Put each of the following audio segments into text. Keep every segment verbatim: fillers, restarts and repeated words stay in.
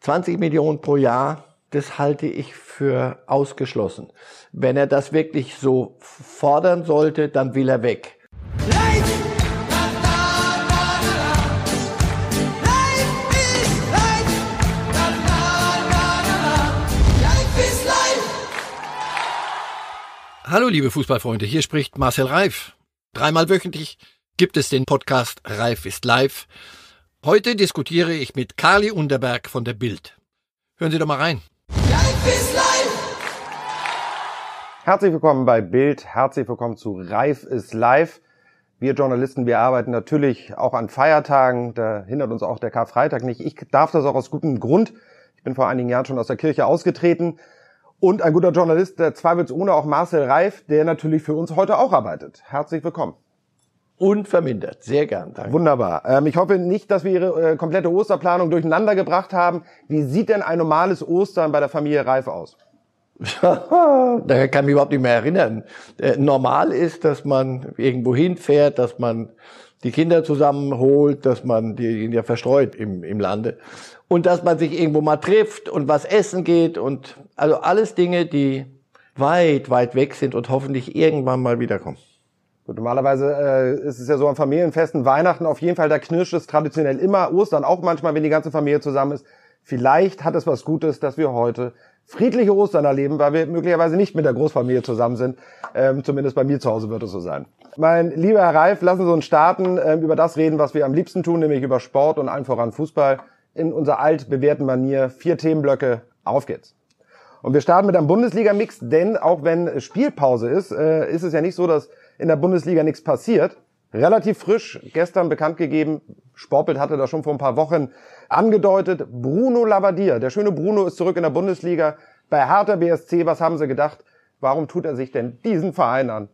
zwanzig Millionen pro Jahr, das halte ich für ausgeschlossen. Wenn er das wirklich so fordern sollte, dann will er weg. Hallo liebe Fußballfreunde, hier spricht Marcel Reif. Dreimal wöchentlich gibt es den Podcast Reif ist live. Heute diskutiere ich mit Carly Underberg von der Bild. Hören Sie doch mal rein. Reif ist live! Herzlich willkommen bei Bild, herzlich willkommen zu Reif ist live. Wir Journalisten, wir arbeiten natürlich auch an Feiertagen, da hindert uns auch der Karfreitag nicht. Ich darf das auch aus gutem Grund. Ich bin vor einigen Jahren schon aus der Kirche ausgetreten. Und ein guter Journalist, der zweifelsohne auch Marcel Reif, der natürlich für uns heute auch arbeitet. Herzlich willkommen. Unvermindert, sehr gern, danke. Wunderbar. Ähm, ich hoffe nicht, dass wir Ihre äh, komplette Osterplanung durcheinander gebracht haben. Wie sieht denn ein normales Ostern bei der Familie Reif aus? Da kann ich mich überhaupt nicht mehr erinnern. Äh, normal ist, dass man irgendwo hinfährt, dass man die Kinder zusammenholt, dass man die ja verstreut im, im Lande und dass man sich irgendwo mal trifft und was essen geht und also alles Dinge, die weit, weit weg sind und hoffentlich irgendwann mal wiederkommen. Gut, normalerweise äh, ist es ja so an Familienfesten, Weihnachten auf jeden Fall, da knirscht es traditionell immer, Ostern auch manchmal, wenn die ganze Familie zusammen ist. Vielleicht hat es was Gutes, dass wir heute friedliche Ostern erleben, weil wir möglicherweise nicht mit der Großfamilie zusammen sind. Ähm, zumindest bei mir zu Hause wird es so sein. Mein lieber Herr Reif, lassen Sie uns starten, ähm, über das reden, was wir am liebsten tun, nämlich über Sport und allen voran Fußball. In unserer altbewährten Manier, vier Themenblöcke, auf geht's. Und wir starten mit einem Bundesliga-Mix, denn auch wenn Spielpause ist, äh, ist es ja nicht so, dass in der Bundesliga nichts passiert. Relativ frisch, gestern bekannt gegeben, Sportbild hatte das schon vor ein paar Wochen angedeutet, Bruno Labbadia, der schöne Bruno ist zurück in der Bundesliga bei Hertha B S C. Was haben Sie gedacht? Warum tut er sich denn diesen Verein an?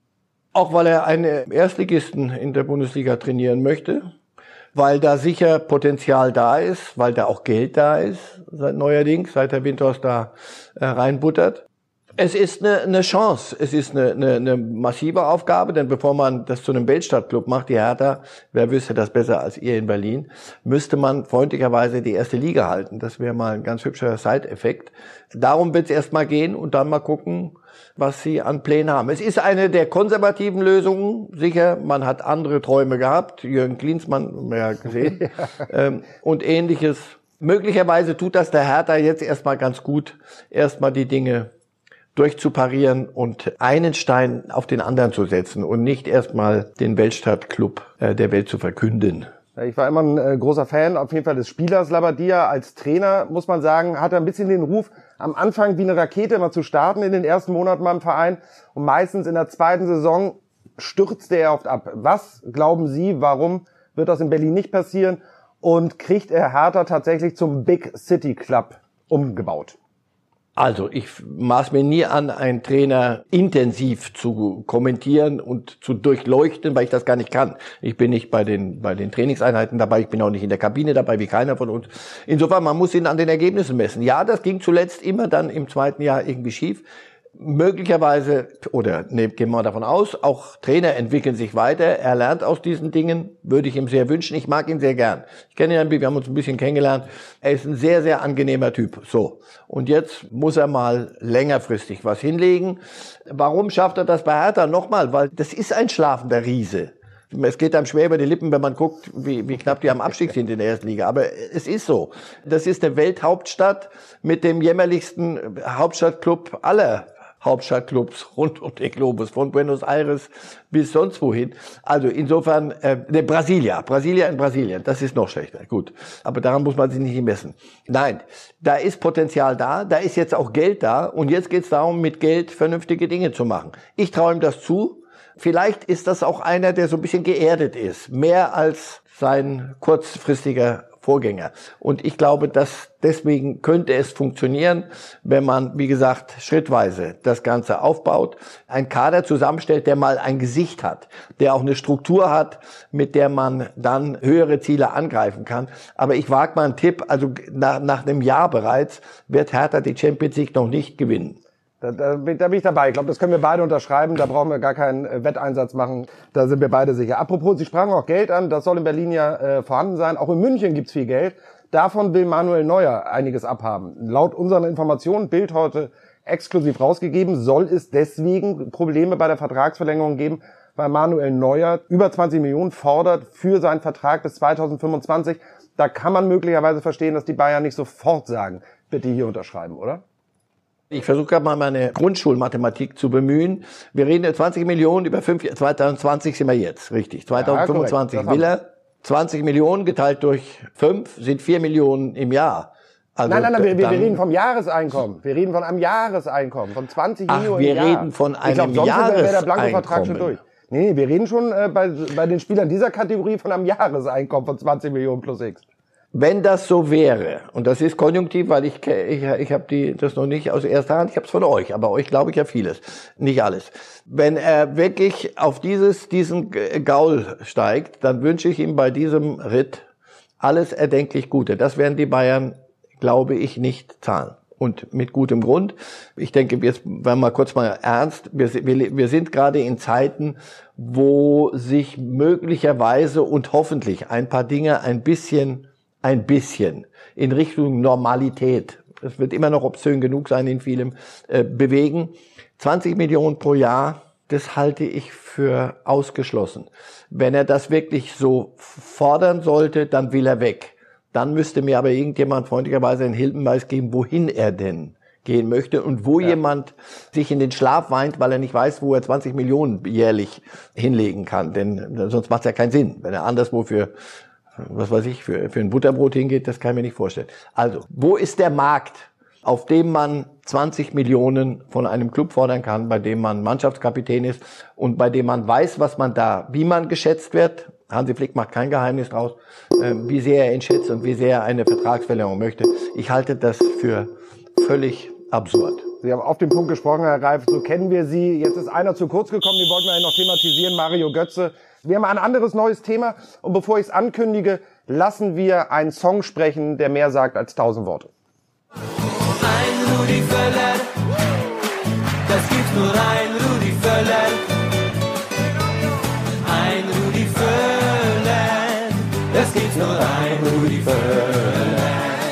Auch weil er einen Erstligisten in der Bundesliga trainieren möchte, weil da sicher Potenzial da ist, weil da auch Geld da ist, seit neuerdings, seit der Windhorst da äh, reinbuttert. Es ist eine, eine Chance, es ist eine, eine, eine massive Aufgabe, denn bevor man das zu einem Weltstadtklub macht, die Hertha, wer wüsste das besser als ihr in Berlin, müsste man freundlicherweise die erste Liga halten. Das wäre mal ein ganz hübscher Side-Effekt. Darum wird es erstmal gehen und dann mal gucken, was sie an Plänen haben. Es ist eine der konservativen Lösungen, sicher. Man hat andere Träume gehabt, Jürgen Klinsmann, haben wir ja gesehen, ja. Ähm, und Ähnliches. Möglicherweise tut das der Hertha jetzt erstmal ganz gut, erstmal die Dinge durchzuparieren und einen Stein auf den anderen zu setzen und nicht erstmal den Weltstadtklub äh, der Welt zu verkünden. Ich war immer ein äh, großer Fan, auf jeden Fall des Spielers Labbadia. Als Trainer, muss man sagen, hat er ein bisschen den Ruf, am Anfang wie eine Rakete mal zu starten in den ersten Monaten beim Verein. Und meistens in der zweiten Saison stürzte er oft ab. Was glauben Sie, warum wird das in Berlin nicht passieren? Und kriegt er Hertha tatsächlich zum Big City Club umgebaut? Also, ich maß mir nie an, einen Trainer intensiv zu kommentieren und zu durchleuchten, weil ich das gar nicht kann. Ich bin nicht bei den, bei den Trainingseinheiten dabei, ich bin auch nicht in der Kabine dabei, wie keiner von uns. Insofern, man muss ihn an den Ergebnissen messen. Ja, das ging zuletzt immer dann im zweiten Jahr irgendwie schief. Möglicherweise, oder ne, gehen wir mal davon aus, auch Trainer entwickeln sich weiter, er lernt aus diesen Dingen, würde ich ihm sehr wünschen, ich mag ihn sehr gern. Ich kenne ihn, wir haben uns ein bisschen kennengelernt, er ist ein sehr, sehr angenehmer Typ. So, und jetzt muss er mal längerfristig was hinlegen. Warum schafft er das bei Hertha? Nochmal, weil das ist ein schlafender Riese. Es geht einem schwer über die Lippen, wenn man guckt, wie, wie knapp die am Abstieg sind in der ersten Liga. Aber es ist so. Das ist eine Welthauptstadt mit dem jämmerlichsten Hauptstadtclub aller Hauptstadtclubs rund um den Globus, von Buenos Aires bis sonst wohin. Also insofern, äh, ne, Brasilia, Brasilia in Brasilien, das ist noch schlechter, gut. Aber daran muss man sich nicht messen. Nein, da ist Potenzial da, da ist jetzt auch Geld da und jetzt geht es darum, mit Geld vernünftige Dinge zu machen. Ich traue ihm das zu. Vielleicht ist das auch einer, der so ein bisschen geerdet ist, mehr als sein kurzfristiger Vorgänger. Und ich glaube, dass deswegen könnte es funktionieren, wenn man, wie gesagt, schrittweise das Ganze aufbaut, einen Kader zusammenstellt, der mal ein Gesicht hat, der auch eine Struktur hat, mit der man dann höhere Ziele angreifen kann. Aber ich wage mal einen Tipp, also nach, nach einem Jahr bereits wird Hertha die Champions League noch nicht gewinnen. Da, da, da bin ich dabei. Ich glaube, das können wir beide unterschreiben. Da brauchen wir gar keinen äh, Wetteinsatz machen. Da sind wir beide sicher. Apropos, Sie sprachen auch Geld an. Das soll in Berlin ja äh, vorhanden sein. Auch in München gibt's viel Geld. Davon will Manuel Neuer einiges abhaben. Laut unseren Informationen, Bild heute exklusiv rausgegeben, soll es deswegen Probleme bei der Vertragsverlängerung geben, weil Manuel Neuer über zwanzig Millionen fordert für seinen Vertrag bis zweitausendfünfundzwanzig. Da kann man möglicherweise verstehen, dass die Bayern nicht sofort sagen, bitte hier unterschreiben, oder? Ich versuche gerade mal meine Grundschulmathematik zu bemühen. Wir reden über zwanzig Millionen über fünf Jahre. zweitausendzwanzig sind wir jetzt, richtig. zweitausendfünfundzwanzig ja, will er. zwanzig Millionen geteilt durch fünf sind vier Millionen im Jahr. Also nein, nein, nein, wir, wir reden vom Jahreseinkommen. Wir reden von einem Jahreseinkommen, von zwanzig Ach, Millionen im wir Jahr. reden von einem ich glaub, sonst Jahreseinkommen. wäre der Blanko-Vertrag schon durch. Nee, wir reden schon äh, bei, bei den Spielern dieser Kategorie von einem Jahreseinkommen von zwanzig Millionen plus X. Wenn das so wäre, und das ist konjunktiv, weil ich ich, ich habe die das noch nicht aus erster Hand, ich habe es von euch, aber euch glaube ich ja vieles, nicht alles. Wenn er wirklich auf dieses diesen Gaul steigt, dann wünsche ich ihm bei diesem Ritt alles erdenklich Gute. Das werden die Bayern, glaube ich, nicht zahlen. Und mit gutem Grund. Ich denke, jetzt werden wir mal kurz mal ernst. Wir, wir, wir sind gerade in Zeiten, wo sich möglicherweise und hoffentlich ein paar Dinge ein bisschen, ein bisschen in Richtung Normalität, es wird immer noch obszön genug sein in vielem, äh, bewegen. zwanzig Millionen pro Jahr, das halte ich für ausgeschlossen. Wenn er das wirklich so fordern sollte, dann will er weg. Dann müsste mir aber irgendjemand freundlicherweise einen Hinweis geben, wohin er denn gehen möchte und wo ja. jemand sich in den Schlaf weint, weil er nicht weiß, wo er zwanzig Millionen jährlich hinlegen kann. Denn sonst macht es ja keinen Sinn. Wenn er anderswo für, was weiß ich, für, für ein Butterbrot hingeht, das kann ich mir nicht vorstellen. Also, wo ist der Markt, auf dem man zwanzig Millionen von einem Club fordern kann, bei dem man Mannschaftskapitän ist und bei dem man weiß, was man da, wie man geschätzt wird? Hansi Flick macht kein Geheimnis draus, äh, wie sehr er ihn schätzt und wie sehr er eine Vertragsverlängerung möchte. Ich halte das für völlig absurd. Sie haben auf den Punkt gesprochen, Herr Reif, so kennen wir Sie. Jetzt ist einer zu kurz gekommen, den wollten wir noch thematisieren, Mario Götze. Wir haben ein anderes neues Thema und bevor ich es ankündige, lassen wir einen Song sprechen, der mehr sagt als tausend Worte. Ein Rudi Völler, das gibt nur ein Rudi Völler. Ein Rudi Völler, das gibt nur ein Rudi Völler.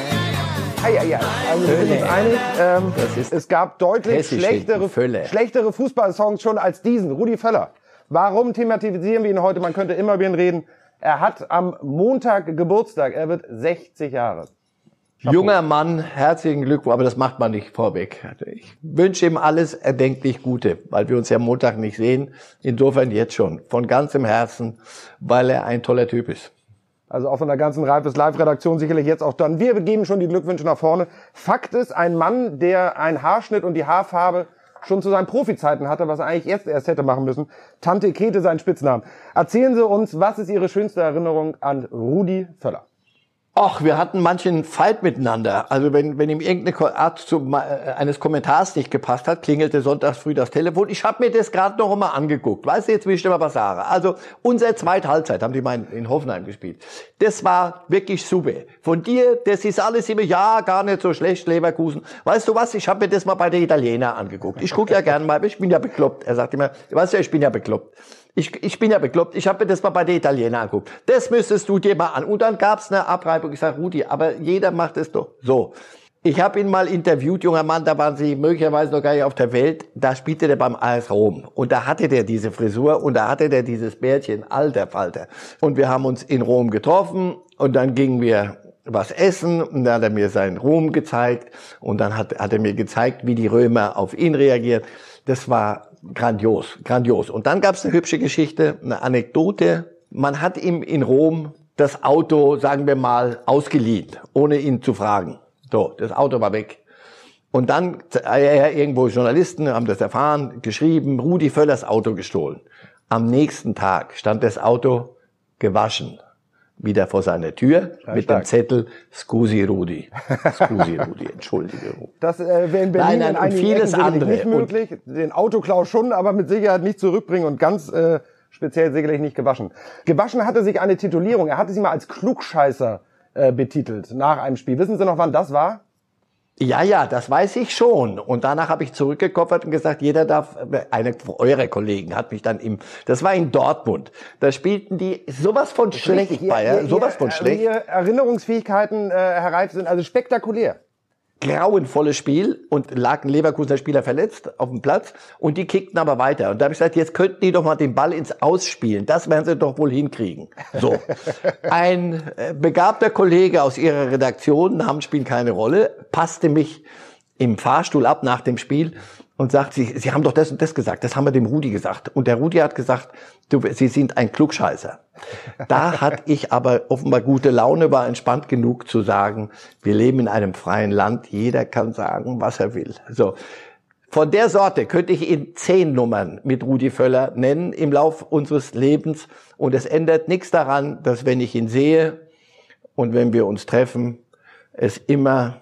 Ei, ei, ei. Also wir sind uns einig, ähm, es gab deutlich schlechtere, schlechtere Fußballsongs schon als diesen, Rudi Völler. Warum thematisieren wir ihn heute? Man könnte immer über ihn reden. Er hat am Montag Geburtstag, er wird sechzig Jahre. Chapeau. Junger Mann, herzlichen Glückwunsch, aber das macht man nicht vorweg. Ich wünsche ihm alles erdenklich Gute, weil wir uns ja Montag nicht sehen. Insofern jetzt schon, von ganzem Herzen, weil er ein toller Typ ist. Also auch von der ganzen Reif ist Live-Redaktion sicherlich jetzt auch dann. Wir geben schon die Glückwünsche nach vorne. Fakt ist, ein Mann, der einen Haarschnitt und die Haarfarbe schon zu seinen Profizeiten hatte, was er eigentlich jetzt erst hätte machen müssen. Tante Käthe, sein Spitznamen. Erzählen Sie uns, was ist Ihre schönste Erinnerung an Rudi Völler? Ach, wir hatten manchen Fight miteinander. Also wenn wenn ihm irgendeine Art zu, äh, eines Kommentars nicht gepasst hat, klingelte sonntags früh das Telefon. Ich habe mir das gerade noch einmal angeguckt. Weißt du, jetzt will ich dir mal was sagen. Also unsere zweite Halbzeit haben die mal in Hoffenheim gespielt. Das war wirklich super. Von dir, das ist alles immer, ja, gar nicht so schlecht, Leverkusen. Weißt du was, ich habe mir das mal bei der Italiener angeguckt. Ich gucke ja gerne mal, ich bin ja bekloppt. Er sagt immer, weißt du, ich bin ja bekloppt. Ich, ich bin ja bekloppt, ich habe mir das mal bei der Italiener angeguckt. Das müsstest du dir mal an. Und dann gab's eine Abreibung. Ich sag, Rudi, aber jeder macht es doch. So, ich habe ihn mal interviewt, junger Mann, da waren sie möglicherweise noch gar nicht auf der Welt. Da spielte der beim A S Rom. Und da hatte der diese Frisur und da hatte der dieses Bärtchen, alter Falter. Und wir haben uns in Rom getroffen und dann gingen wir was essen und dann hat er mir seinen Ruhm gezeigt und dann hat, hat er mir gezeigt, wie die Römer auf ihn reagieren. Das war grandios, grandios. Und dann gab es eine hübsche Geschichte, eine Anekdote. Man hat ihm in Rom das Auto, sagen wir mal, ausgeliehen, ohne ihn zu fragen. So, das Auto war weg. Und dann, ja, irgendwo Journalisten haben das erfahren, geschrieben, Rudi Völlers Auto gestohlen. Am nächsten Tag stand das Auto gewaschen wieder vor seiner Tür ja, mit stark. Dem Zettel Scusi Rudi. Scusi Rudi, entschuldige. Das äh, wäre in Berlin nein, nein, in einigen vieles Ecken andere. nicht möglich. Und den Autoklau schon, aber mit Sicherheit nicht zurückbringen und ganz äh, speziell sicherlich nicht gewaschen. Gewaschen hatte sich eine Titulierung. Er hatte sie mal als Klugscheißer äh, betitelt nach einem Spiel. Wissen Sie noch, wann das war? Ja, ja, das weiß ich schon. Und danach habe ich zurückgekoppelt und gesagt, jeder darf, einer eurer Kollegen hat mich dann im, das war in Dortmund, da spielten die sowas von schlecht, Ihr, Bayer, ihr, sowas ihr, von schlecht. Ihre Erinnerungsfähigkeiten, äh, Herr Reif, sind also spektakulär. Grauenvolles Spiel und lag ein Leverkusener Spieler verletzt auf dem Platz und die kickten aber weiter. Und da habe ich gesagt, jetzt könnten die doch mal den Ball ins Ausspielen. Das werden sie doch wohl hinkriegen. So. Ein äh, begabter Kollege aus ihrer Redaktion, Namen spielen keine Rolle, passte mich im Fahrstuhl ab nach dem Spiel und sagt, Sie, Sie haben doch das und das gesagt. Das haben wir dem Rudi gesagt. Und der Rudi hat gesagt, du, Sie sind ein Klugscheißer. Da hatte ich aber offenbar gute Laune, war entspannt genug zu sagen, wir leben in einem freien Land, jeder kann sagen, was er will. So. Von der Sorte könnte ich Ihnen zehn Nummern mit Rudi Völler nennen im Lauf unseres Lebens. Und es ändert nichts daran, dass wenn ich ihn sehe und wenn wir uns treffen, es immer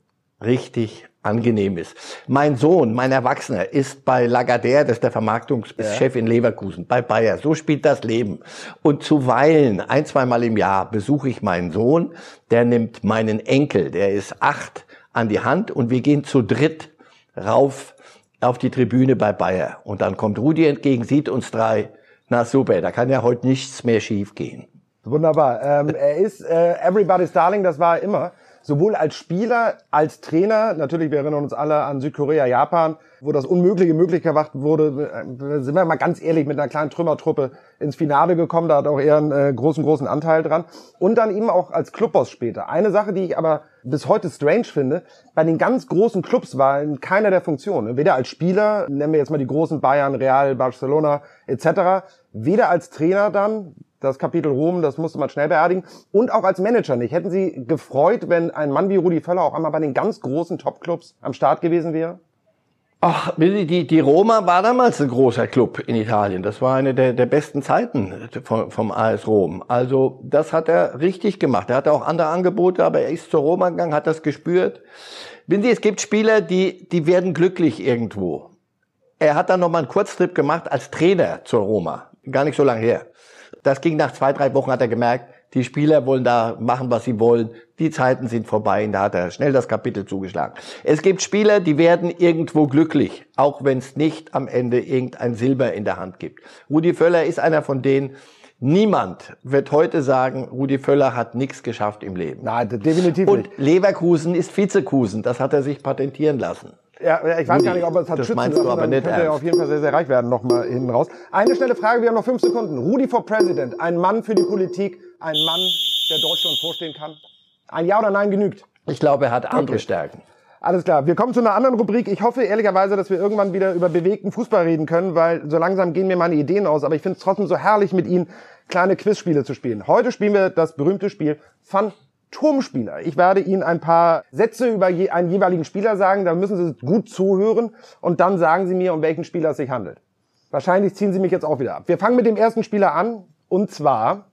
richtig angenehm ist. Mein Sohn, mein Erwachsener, ist bei Lagardère, das ist der Vermarktungschef ja. in Leverkusen, bei Bayer. So spielt das Leben. Und zuweilen, ein, zweimal im Jahr, besuche ich meinen Sohn, der nimmt meinen Enkel, der ist acht, an die Hand und wir gehen zu dritt rauf auf die Tribüne bei Bayer. Und dann kommt Rudi entgegen, sieht uns drei. Na super, da kann ja heute nichts mehr schief gehen. Wunderbar. Ähm, er ist äh, Everybody's Darling, das war er immer. Sowohl als Spieler, als Trainer, natürlich, wir erinnern uns alle an Südkorea, Japan, wo das Unmögliche möglich gemacht wurde, sind wir mal ganz ehrlich, mit einer kleinen Trümmertruppe ins Finale gekommen, da hat auch er einen äh, großen, großen Anteil dran. Und dann eben auch als Clubboss später. Eine Sache, die ich aber bis heute strange finde, bei den ganz großen Clubs war in keiner der Funktionen, weder als Spieler, nennen wir jetzt mal die großen Bayern, Real, Barcelona et cetera, weder als Trainer dann, das Kapitel Rom, das musste man schnell beerdigen. Und auch als Manager nicht. Hätten Sie gefreut, wenn ein Mann wie Rudi Völler auch einmal bei den ganz großen Topclubs am Start gewesen wäre? Ach, die, die Roma war damals ein großer Club in Italien. Das war eine der, der besten Zeiten vom, vom A S Rom. Also das hat er richtig gemacht. Er hatte auch andere Angebote, aber er ist zur Roma gegangen, hat das gespürt. Wissen Sie, es gibt Spieler, die, die werden glücklich irgendwo. Er hat dann noch mal einen Kurztrip gemacht als Trainer zur Roma. Gar nicht so lange her. Das ging nach zwei, drei Wochen, hat er gemerkt, die Spieler wollen da machen, was sie wollen. Die Zeiten sind vorbei. Und da hat er schnell das Kapitel zugeschlagen. Es gibt Spieler, die werden irgendwo glücklich, auch wenn es nicht am Ende irgendein Silber in der Hand gibt. Rudi Völler ist einer von denen. Niemand wird heute sagen, Rudi Völler hat nichts geschafft im Leben. Nein, definitiv Und nicht. Leverkusen ist Vizekusen. Das hat er sich patentieren lassen. Ja, ich weiß gar nicht, ob er es hat das schützen meinst du lassen, aber dann nicht könnte er ernst. auf jeden Fall sehr, sehr reich werden, nochmal hinten raus. Eine schnelle Frage, wir haben noch fünf Sekunden. Rudi for President, ein Mann für die Politik, ein Mann, der Deutschland vorstehen kann. Ein Ja oder Nein genügt? Ich glaube, er hat andere Okay. Stärken. Alles klar, wir kommen zu einer anderen Rubrik. Ich hoffe ehrlicherweise, dass wir irgendwann wieder über bewegten Fußball reden können, weil so langsam gehen mir meine Ideen aus. Aber ich finde es trotzdem so herrlich, mit Ihnen kleine Quizspiele zu spielen. Heute spielen wir das berühmte Spiel Phantomspieler. Ich werde Ihnen ein paar Sätze über je, einen jeweiligen Spieler sagen. Da müssen Sie gut zuhören und dann sagen Sie mir, um welchen Spieler es sich handelt. Wahrscheinlich ziehen Sie mich jetzt auch wieder ab. Wir fangen mit dem ersten Spieler an. Und zwar,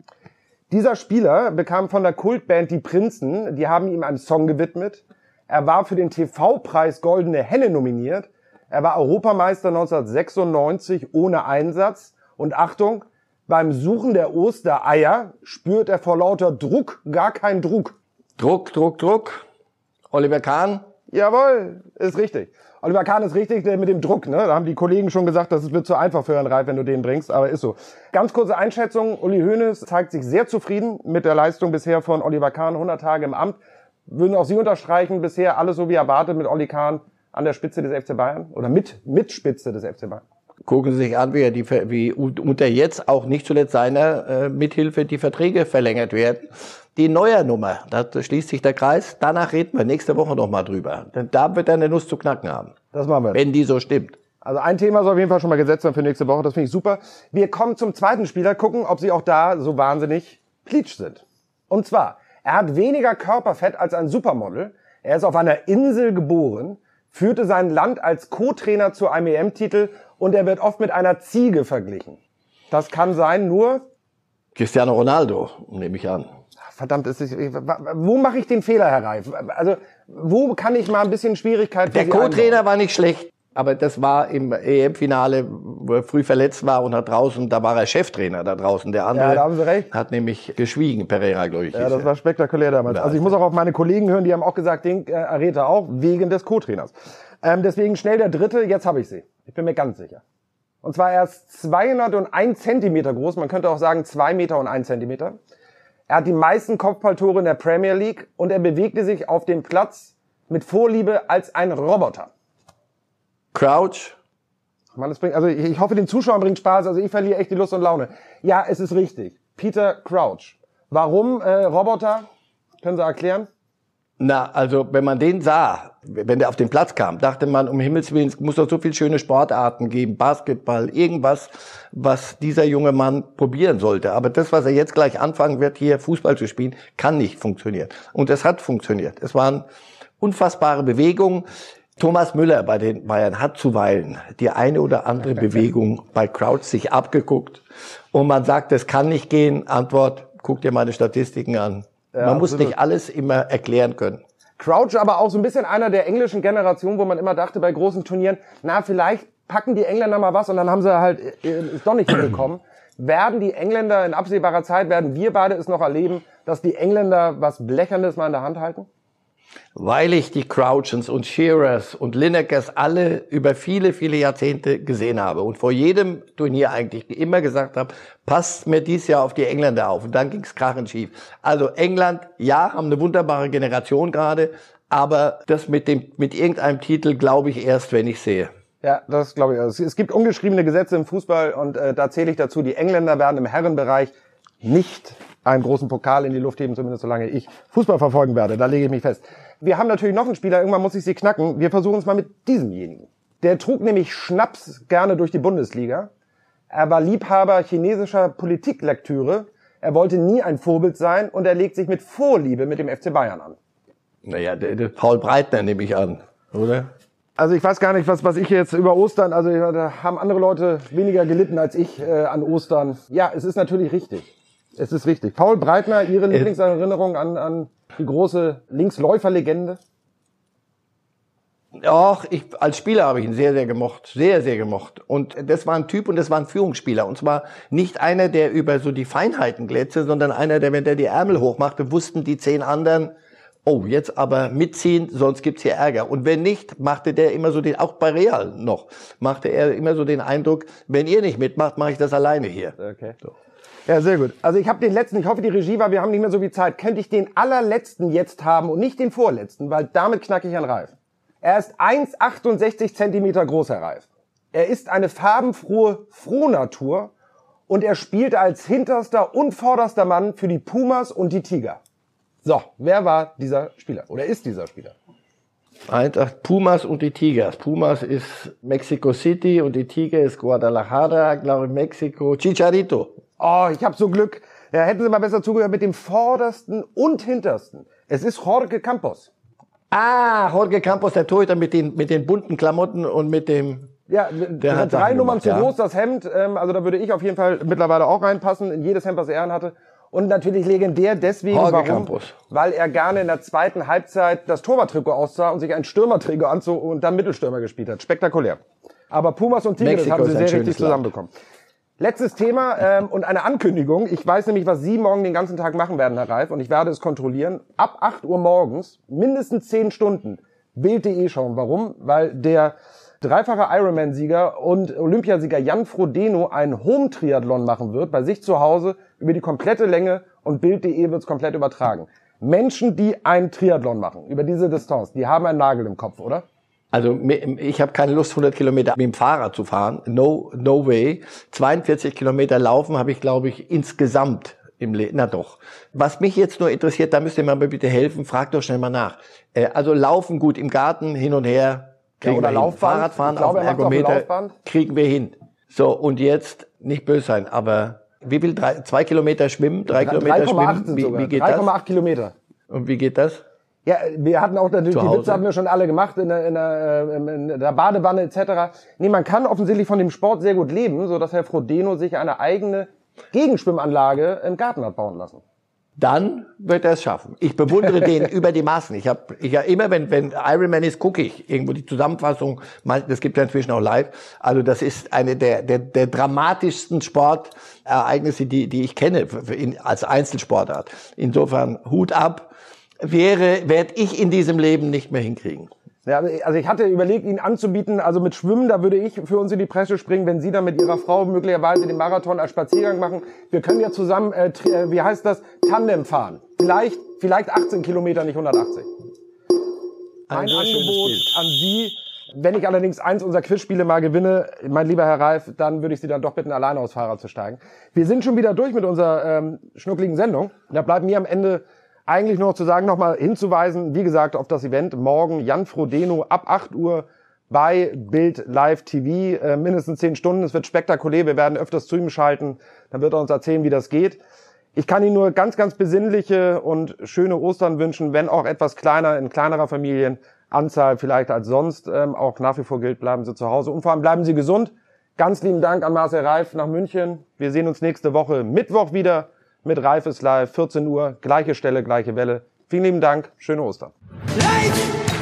dieser Spieler bekam von der Kultband Die Prinzen, die haben ihm einen Song gewidmet. Er war für den T V-Preis Goldene Henne nominiert. Er war Europameister neunzehnhundertsechsundneunzig ohne Einsatz. Und Achtung, beim Suchen der Ostereier spürt er vor lauter Druck gar keinen Druck. Druck, Druck, Druck. Oliver Kahn. Jawohl, ist richtig. Oliver Kahn ist richtig, der mit dem Druck, ne? Da haben die Kollegen schon gesagt, das wird zu einfach für Herrn Reif, wenn du den bringst, aber ist so. Ganz kurze Einschätzung, Uli Hoeneß zeigt sich sehr zufrieden mit der Leistung bisher von Oliver Kahn, hundert Tage im Amt. Würden auch Sie unterstreichen, bisher alles so wie erwartet mit Oli Kahn an der Spitze des F C Bayern? Oder mit, mit Spitze des F C Bayern? Gucken Sie sich an, wie, er die, wie unter jetzt auch nicht zuletzt seiner äh, Mithilfe die Verträge verlängert werden. Die Neuernummer, da schließt sich der Kreis. Danach reden wir nächste Woche noch mal drüber. Denn da wird er eine Nuss zu knacken haben. Das machen wir. Wenn die so stimmt. Also ein Thema soll auf jeden Fall schon mal gesetzt werden für nächste Woche. Das finde ich super. Wir kommen zum zweiten Spieler, gucken, ob Sie auch da so wahnsinnig pleatsch sind. Und zwar, er hat weniger Körperfett als ein Supermodel. Er ist auf einer Insel geboren, führte sein Land als Co-Trainer zu einem E M-Titel und er wird oft mit einer Ziege verglichen. Das kann sein, nur... Cristiano Ronaldo, nehme ich an. Verdammt, ist es, wo mache ich den Fehler, Herr Reif? Also, wo kann ich mal ein bisschen Schwierigkeit für Der Sie Co-Trainer einbauen? war nicht schlecht. Aber das war im E M-Finale, wo er früh verletzt war und hat draußen, da war er Cheftrainer da draußen. Der andere Ja, da haben Sie recht. hat nämlich geschwiegen, Pereira, glaube ich. Ja, das war spektakulär damals. Also ich muss auch auf meine Kollegen hören, die haben auch gesagt, den äh, Areta auch, wegen des Co-Trainers. Ähm, deswegen schnell der dritte, jetzt habe ich sie. Ich bin mir ganz sicher. Und zwar erst zweihunderteins Zentimeter groß, man könnte auch sagen zwei Meter und ein Zentimeter. Er hat die meisten Kopfballtore in der Premier League und er bewegte sich auf dem Platz mit Vorliebe als ein Roboter. Crouch. Mann, das bringt, also ich, ich hoffe, den Zuschauern bringt Spaß, also ich verliere echt die Lust und Laune. Ja, es ist richtig. Peter Crouch. Warum äh, Roboter? Können Sie erklären? Na, also wenn man den sah, wenn der auf den Platz kam, dachte man, um Himmels Willen, es muss doch so viele schöne Sportarten geben, Basketball, irgendwas, was dieser junge Mann probieren sollte. Aber das, was er jetzt gleich anfangen wird, hier Fußball zu spielen, kann nicht funktionieren. Und es hat funktioniert. Es waren unfassbare Bewegungen. Thomas Müller bei den Bayern hat zuweilen die eine oder andere Bewegung bei Crouch sich abgeguckt. Und man sagt, das kann nicht gehen. Antwort, guck dir meine Statistiken an. Ja, man muss absolut. nicht alles immer erklären können. Crouch aber auch so ein bisschen einer der englischen Generation, wo man immer dachte bei großen Turnieren, na, vielleicht packen die Engländer mal was und dann haben sie halt, ist doch nicht hingekommen. Werden die Engländer in absehbarer Zeit, werden wir beide es noch erleben, dass die Engländer was Blechernes mal in der Hand halten? Weil ich die Crouchens und Shearers und Linekers alle über viele, viele Jahrzehnte gesehen habe und vor jedem Turnier eigentlich immer gesagt habe, passt mir dieses Jahr auf die Engländer auf. Und dann ging's krachend schief. Also England, ja, haben eine wunderbare Generation gerade, aber das mit dem mit irgendeinem Titel glaube ich erst, wenn ich sehe. Ja, das glaube ich. Also es gibt ungeschriebene Gesetze im Fußball und äh, da zähle ich dazu, die Engländer werden im Herrenbereich nicht einen großen Pokal in die Luft heben, zumindest solange ich Fußball verfolgen werde. Da lege ich mich fest. Wir haben natürlich noch einen Spieler, irgendwann muss ich sie knacken. Wir versuchen es mal mit diesemjenigen. Der trug nämlich Schnaps gerne durch die Bundesliga. Er war Liebhaber chinesischer Politiklektüre. Er wollte nie ein Vorbild sein und er legt sich mit Vorliebe mit dem F C Bayern an. Naja, der, der Paul Breitner nehme ich an, oder? Also ich weiß gar nicht, was, was ich jetzt über Ostern, also da haben andere Leute weniger gelitten als ich äh, an Ostern. Ja, es ist natürlich richtig. Es ist richtig. Paul Breitner, Ihre Lieblingserinnerung an, an die große Linksläuferlegende? Ach, ich, als Spieler habe ich ihn sehr, sehr gemocht. Sehr, sehr gemocht. Und das war ein Typ und das war ein Führungsspieler. Und zwar nicht einer, der über so die Feinheiten glätze, sondern einer, der, wenn der die Ärmel hochmachte, wussten die zehn anderen, oh, jetzt aber mitziehen, sonst gibt's hier Ärger. Und wenn nicht, machte der immer so den, auch bei Real noch, machte er immer so den Eindruck, wenn ihr nicht mitmacht, mache ich das alleine hier. Okay. So. Ja, sehr gut. Also ich habe den letzten, ich hoffe, die Regie war, wir haben nicht mehr so viel Zeit, könnte ich den allerletzten jetzt haben und nicht den vorletzten, weil damit knacke ich an Ralf. Er ist eins Komma achtundsechzig Zentimeter groß, Herr Ralf. Er ist eine farbenfrohe Frohnatur und er spielte als hinterster und vorderster Mann für die Pumas und die Tiger. So, wer war dieser Spieler oder ist dieser Spieler? Eintracht Pumas und die Tigers. Pumas ist Mexico City und die Tiger ist Guadalajara, glaube ich, Mexiko. Chicharito. Oh, ich habe so Glück. Ja, hätten Sie mal besser zugehört mit dem vordersten und hintersten. Es ist Jorge Campos. Ah, Jorge Campos, der Torhüter mit den, mit den bunten Klamotten und mit dem... Ja, der der hat drei Sachen Nummern gemacht, zu ja. groß, das Hemd. Ähm, also da würde ich auf jeden Fall mittlerweile auch reinpassen, in jedes Hemd, was er anhatte. Und natürlich legendär deswegen, Jorge warum? Campos. Weil er gerne in der zweiten Halbzeit das Torwarttrikot aussah und sich ein Stürmertrikot anzog und dann Mittelstürmer gespielt hat. Spektakulär. Aber Pumas und Tigers Mexiko haben sie ist ein sehr richtig schönes Land. zusammenbekommen. Letztes Thema ähm, und eine Ankündigung. Ich weiß nämlich, was Sie morgen den ganzen Tag machen werden, Herr Reif, und ich werde es kontrollieren. Ab acht Uhr morgens, mindestens zehn Stunden, Bild punkt de schauen. Warum? Weil der dreifache Ironman-Sieger und Olympiasieger Jan Frodeno einen Home-Triathlon machen wird, bei sich zu Hause, über die komplette Länge, und Bild punkt de wird es komplett übertragen. Menschen, die einen Triathlon machen, über diese Distanz, die haben einen Nagel im Kopf, oder? Also ich habe keine Lust, hundert Kilometer mit dem Fahrrad zu fahren. No, no way. zweiundvierzig Kilometer laufen habe ich, glaube ich, insgesamt im Leben. Na doch. Was mich jetzt nur interessiert, da müsst ihr mir bitte helfen, fragt doch schnell mal nach. Äh, also laufen gut im Garten, hin und her, kriegen Ja, oder wir hin. Laufband. Fahrradfahren Ich glaube, auf dem er macht's auf dem Ergometer, Laufband. kriegen wir hin. So, und jetzt, nicht böse sein, aber wie viel? Drei, zwei Kilometer schwimmen? Drei Kilometer drei Komma acht schwimmen? sind Wie, sogar. wie geht drei Komma das? acht Kilometer. Und wie geht das? Ja, wir hatten auch natürlich, Zu die Hause? Witze haben wir schon alle gemacht, in der, in der, äh, in der Badewanne et cetera. Nee, man kann offensichtlich von dem Sport sehr gut leben, so dass Herr Frodeno sich eine eigene Gegenschwimmanlage im Garten hat bauen lassen. dann wird er es schaffen. Ich bewundere den über die Maßen. Ich habe, ich ja immer, wenn wenn Ironman ist, gucke ich irgendwo die Zusammenfassung. Das gibt ja inzwischen auch live. Also das ist eine der der der dramatischsten Sportereignisse, die die ich kenne in, als Einzelsportart. Insofern Hut ab. Wäre werde ich in diesem Leben nicht mehr hinkriegen. Ja, also ich hatte überlegt, ihn anzubieten, also mit Schwimmen, da würde ich für uns in die Presse springen, wenn Sie dann mit Ihrer Frau möglicherweise den Marathon als Spaziergang machen. Wir können ja zusammen, äh, wie heißt das, Tandem fahren. Vielleicht, vielleicht achtzehn Kilometer, nicht hundertachtzig. Ein Angebot an Sie. Wenn ich allerdings eins unserer Quizspiele mal gewinne, mein lieber Herr Reif, dann würde ich Sie dann doch bitten, alleine aufs Fahrrad zu steigen. Wir sind schon wieder durch mit unserer ähm, schnuckligen Sendung. Da bleibt mir am Ende eigentlich nur noch zu sagen, nochmal hinzuweisen, wie gesagt, auf das Event morgen, Jan Frodeno ab acht Uhr bei Bild Live T V, äh, mindestens zehn Stunden. Es wird spektakulär, wir werden öfters zu ihm schalten, dann wird er uns erzählen, wie das geht. Ich kann Ihnen nur ganz, ganz besinnliche und schöne Ostern wünschen, wenn auch etwas kleiner, in kleinerer Familienanzahl vielleicht als sonst. Ähm, auch nach wie vor gilt, bleiben Sie zu Hause und vor allem bleiben Sie gesund. Ganz lieben Dank an Marcel Reif nach München. Wir sehen uns nächste Woche Mittwoch wieder mit Reif ist live, vierzehn Uhr, gleiche Stelle, gleiche Welle. Vielen lieben Dank, schöne Ostern. Live!